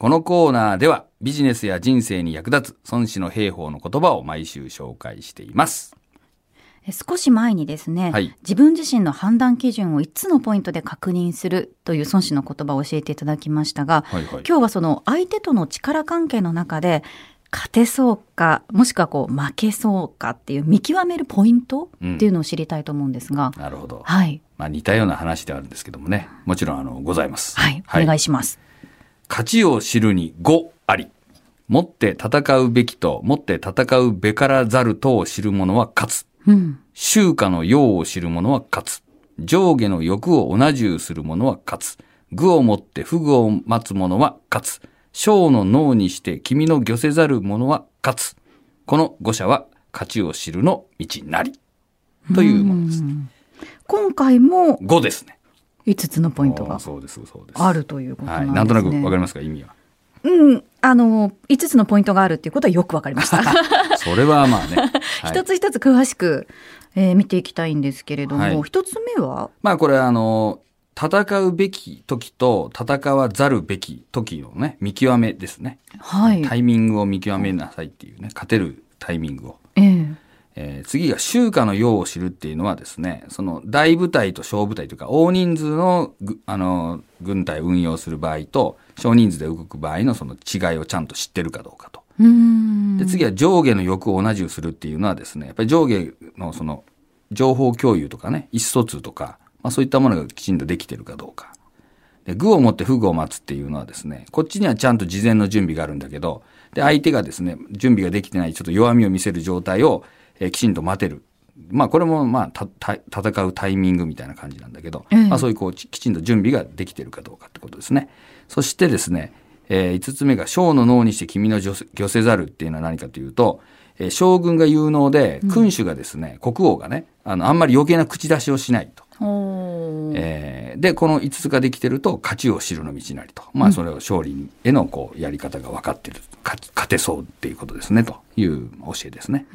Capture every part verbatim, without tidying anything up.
このコーナーではビジネスや人生に役立つ孫子の兵法の言葉を毎週紹介しています。 少し前にですね、はい、自分自身の判断基準をいつつのポイントで確認するという孫子の言葉を教えていただきましたが、はいはい、今日はその相手との力関係の中で勝てそうかもしくはこう負けそうかっていう見極めるポイントっていうのを知りたいと思うんですが、 うん、なるほど、 はい、 まあ、似たような話ではあるんですけどもね、もちろんあのございます、 はいはい、お願いします。 勝ちを知るに語あり、もって戦うべきともって戦うべからざるとを知る者は勝つ、うん、周家の用を知る者は勝つ、上下の欲を同じゅうする者は勝つ、愚をもって不愚を待つ者は勝つ、小の脳にして君の御せざる者は勝つ、この五者は勝ちを知るの道なりというものですね。 今回もごですね。 いつつのポイントがあるということなんですね。 はい、なんとなくわかりますか、意味は。 うん、あのいつつのポイントがあるっていうことはよくわかりましたそれはまあね、はい、 一つ一つ詳しく、えー、見ていきたいんですけれども、はい、一つ目はまあこれはあの戦うべき時と戦わざるべき時のね見極めですね、はい、タイミングを見極めなさいっていうね、勝てるタイミングを、えーえー、次が周家の用を知るっていうのはですね、その大部隊と小部隊というか大人数の、あの軍隊を運用する場合と少人数で動く場合のその違いをちゃんと知ってるかどうかと。うーんで次は上下の欲を同じくするっていうのはですね、やっぱり上下のその情報共有とかね、意思疎通とか、まあ、そういったものがきちんとできてるかどうか。で愚をもって不愚を待つっていうのはですね、こっちにはちゃんと事前の準備があるんだけど、で相手がですね準備ができてないちょっと弱みを見せる状態をえー、きちんと待てる。まあこれもまあたた戦うタイミングみたいな感じなんだけど、うん、まあそういうこうきちんと準備ができてるかどうかってことですね。そしてですね、えー、いつつめが小の脳にして君の御せざるっていうのは何かというと、えー、将軍が有能で君主がですね、うん、国王がね、あのあんまり余計な口出しをしないと。えー、でこのいつつができてると勝ちを知るの道なりと、まあそれを勝利へのこうやり方が分かってる、勝てそうっていうことですねという教えですね。 うん、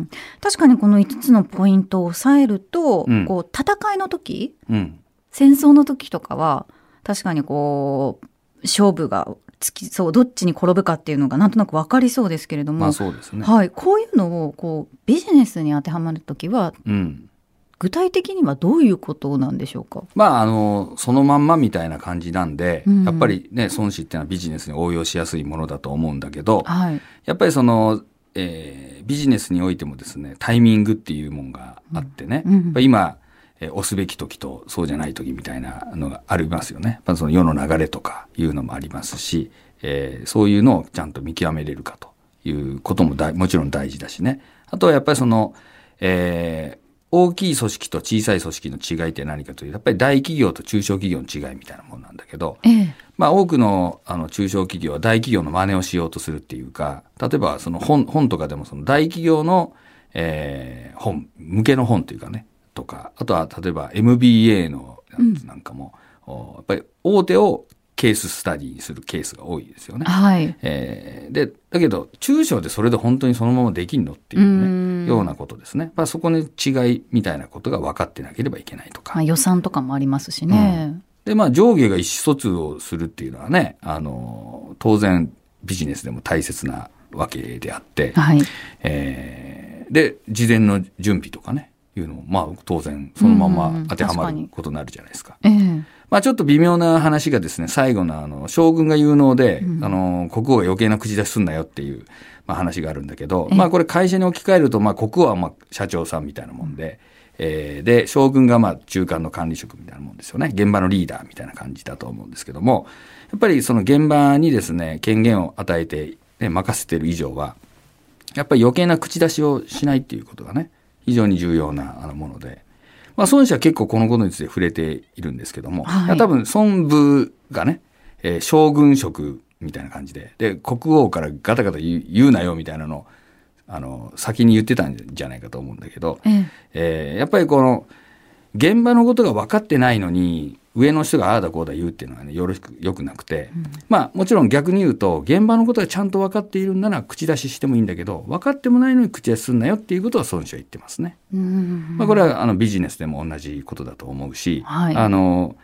確かにこのいつつのポイントを押さえると、うん、こう戦いの時、うん、戦争の時とかは確かにこう勝負がつきそう、どっちに転ぶかっていうのがなんとなく分かりそうですけれども、 まあそうですね、 はい、こういうのをこうビジネスに当てはまる時は、うん具体的にはどういうことなんでしょうか。 まああのそのまんまみたいな感じなんで、うん、やっぱりね孫子っていうのはビジネスに応用しやすいものだと思うんだけど、はい、やっぱりその、えー、ビジネスにおいてもですねタイミングっていうものがあってね、うんうん、やっぱ今、えー、押すべき時とそうじゃない時みたいなのがありますよね。やっぱその世の流れとかいうのもありますし、えー、そういうのをちゃんと見極めれるかということもだもちろん大事だしね。あとはやっぱりその、えー大きい組織と小さい組織の違いって何かというと、やっぱり大企業と中小企業の違いみたいなものなんだけど、ええ、まあ多くのあの中小企業は大企業の真似をしようとするっていうか、例えばその本、本とかでもその大企業の、えー、本、向けの本というかね、とか、あとは例えば エムビーエー のやつなんかも、うん、やっぱり大手をケーススタディにするケースが多いですよね。はい。えー、で、だけど、中小でそれで本当にそのままできんのっていうね、うようなことですね。まあ、そこの違いみたいなことが分かってなければいけないとか。 まあ、予算とかもありますしね。 うん、で、まあ、上下が意思疎通をするっていうのはね、あの、当然ビジネスでも大切なわけであって、はい。えー、で、事前の準備とかね、いうのも、まあ、当然そのまま当てはまることになるじゃないですか。ええまあちょっと微妙な話がですね、最後のあの、将軍が有能で、うん、あの、国王が余計な口出しすんなよっていう、まあ話があるんだけど、まあこれ会社に置き換えると、まあ国王はまあ社長さんみたいなもんで、うん、えー、で、将軍がまあ中間の管理職みたいなもんですよね。現場のリーダーみたいな感じだと思うんですけども、やっぱりその現場にですね、権限を与えて、ね、任せてる以上は、やっぱり余計な口出しをしないっていうことがね、非常に重要なもので、まあ、孫子は結構このことについて触れているんですけども、はい、多分孫武がね、えー、将軍職みたいな感じで、で国王からガタガタ言う、言うなよみたいなのをあの先に言ってたんじゃないかと思うんだけど、ええー、やっぱりこの現場のことが分かってないのに上の人がああだこうだ言うっていうのはねよろしくよくなくて、うん、まあもちろん逆に言うと現場のことがちゃんと分かっているんなら口出ししてもいいんだけど分かってもないのに口出しすんなよっていうことは孫子は言ってますね。うん、まあ、これはあのビジネスでも同じことだと思うし、はい、あの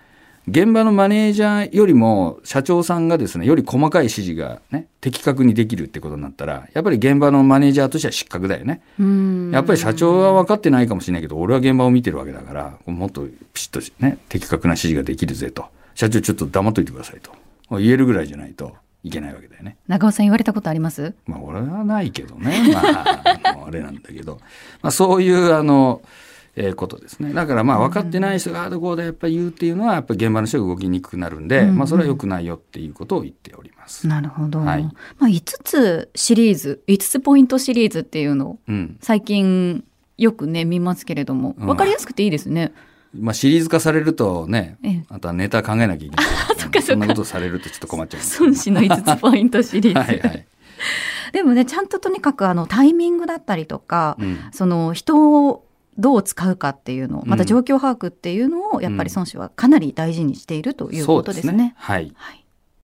現場のマネージャーよりも社長さんがですね、より細かい指示がね、的確にできるってことになったら、やっぱり現場のマネージャーとしては失格だよね。うーん、やっぱり社長は分かってないかもしれないけど、俺は現場を見てるわけだから、もっとピシッとね、的確な指示ができるぜと。社長ちょっと黙っといてくださいと。言えるぐらいじゃないといけないわけだよね。 長尾さん言われたことあります？ まあ俺はないけどね。まあ、あれなんだけど。まあそういうあの、えー、ことですね。だからまあ分かってない人がああだこうだやっぱり言うっていうのはやっぱり現場の人が動きにくくなるんで、うんうん、まあそれは良くないよっていうことを言っております。 なるほど。はい、まあいつつシリーズ、いつつポイントシリーズっていうのを最近よくね見ますけれども、分かりやすくていいですね。 うん、まあシリーズ化されるとね、あとはネタ考えなきゃいけない。そっかそっか。そんなことされるとちょっと困っちゃう。 孫子のいつつポイントシリーズ。 はいはい。 でもねちゃんととにかくあのタイミングだったりとか、うん、その人をどう使うかっていうのを、また状況把握っていうのをやっぱり孫子はかなり大事にしているということですね。 うん、そうですね。はい。はい。